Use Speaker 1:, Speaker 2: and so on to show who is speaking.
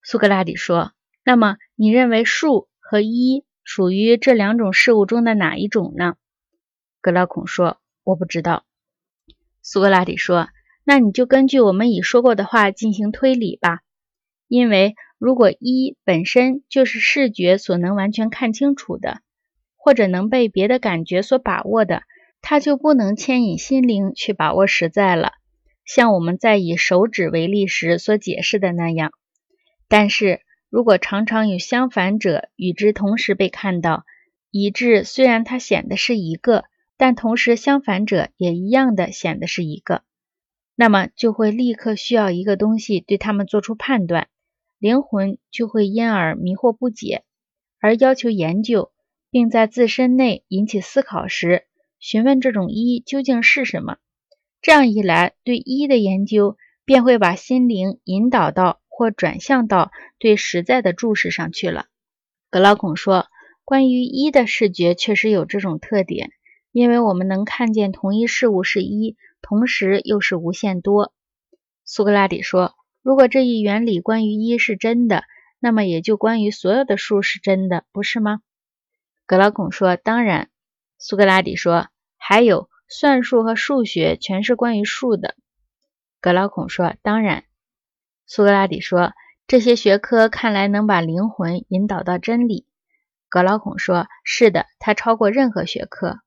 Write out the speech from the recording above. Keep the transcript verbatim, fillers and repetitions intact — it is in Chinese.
Speaker 1: 苏格拉底说，那么你认为数和一属于这两种事物中的哪一种呢？格劳孔说，我不知道。苏格拉底说，那你就根据我们已说过的话进行推理吧。因为如果一本身就是视觉所能完全看清楚的，或者能被别的感觉所把握的，它就不能牵引心灵去把握实在了，像我们在以手指为例时所解释的那样。但是如果常常有相反者与之同时被看到，以致虽然它显得是一个，但同时相反者也一样的显得是一个，那么就会立刻需要一个东西对它们做出判断，灵魂就会因而迷惑不解，而要求研究，并在自身内引起思考时，询问这种一究竟是什么。这样一来，对一的研究便会把心灵引导到或转向到对实在的注视上去了。格劳孔说，关于一的视觉确实有这种特点，因为我们能看见同一事物是一，同时又是无限多。苏格拉底说，如果这一原理关于一是真的，那么也就关于所有的数是真的，不是吗？格劳孔说，当然。苏格拉底说，还有算术和数学全是关于数的。格劳孔说，当然。苏格拉底说，这些学科看来能把灵魂引导到真理。格劳孔说，是的，它超过任何学科。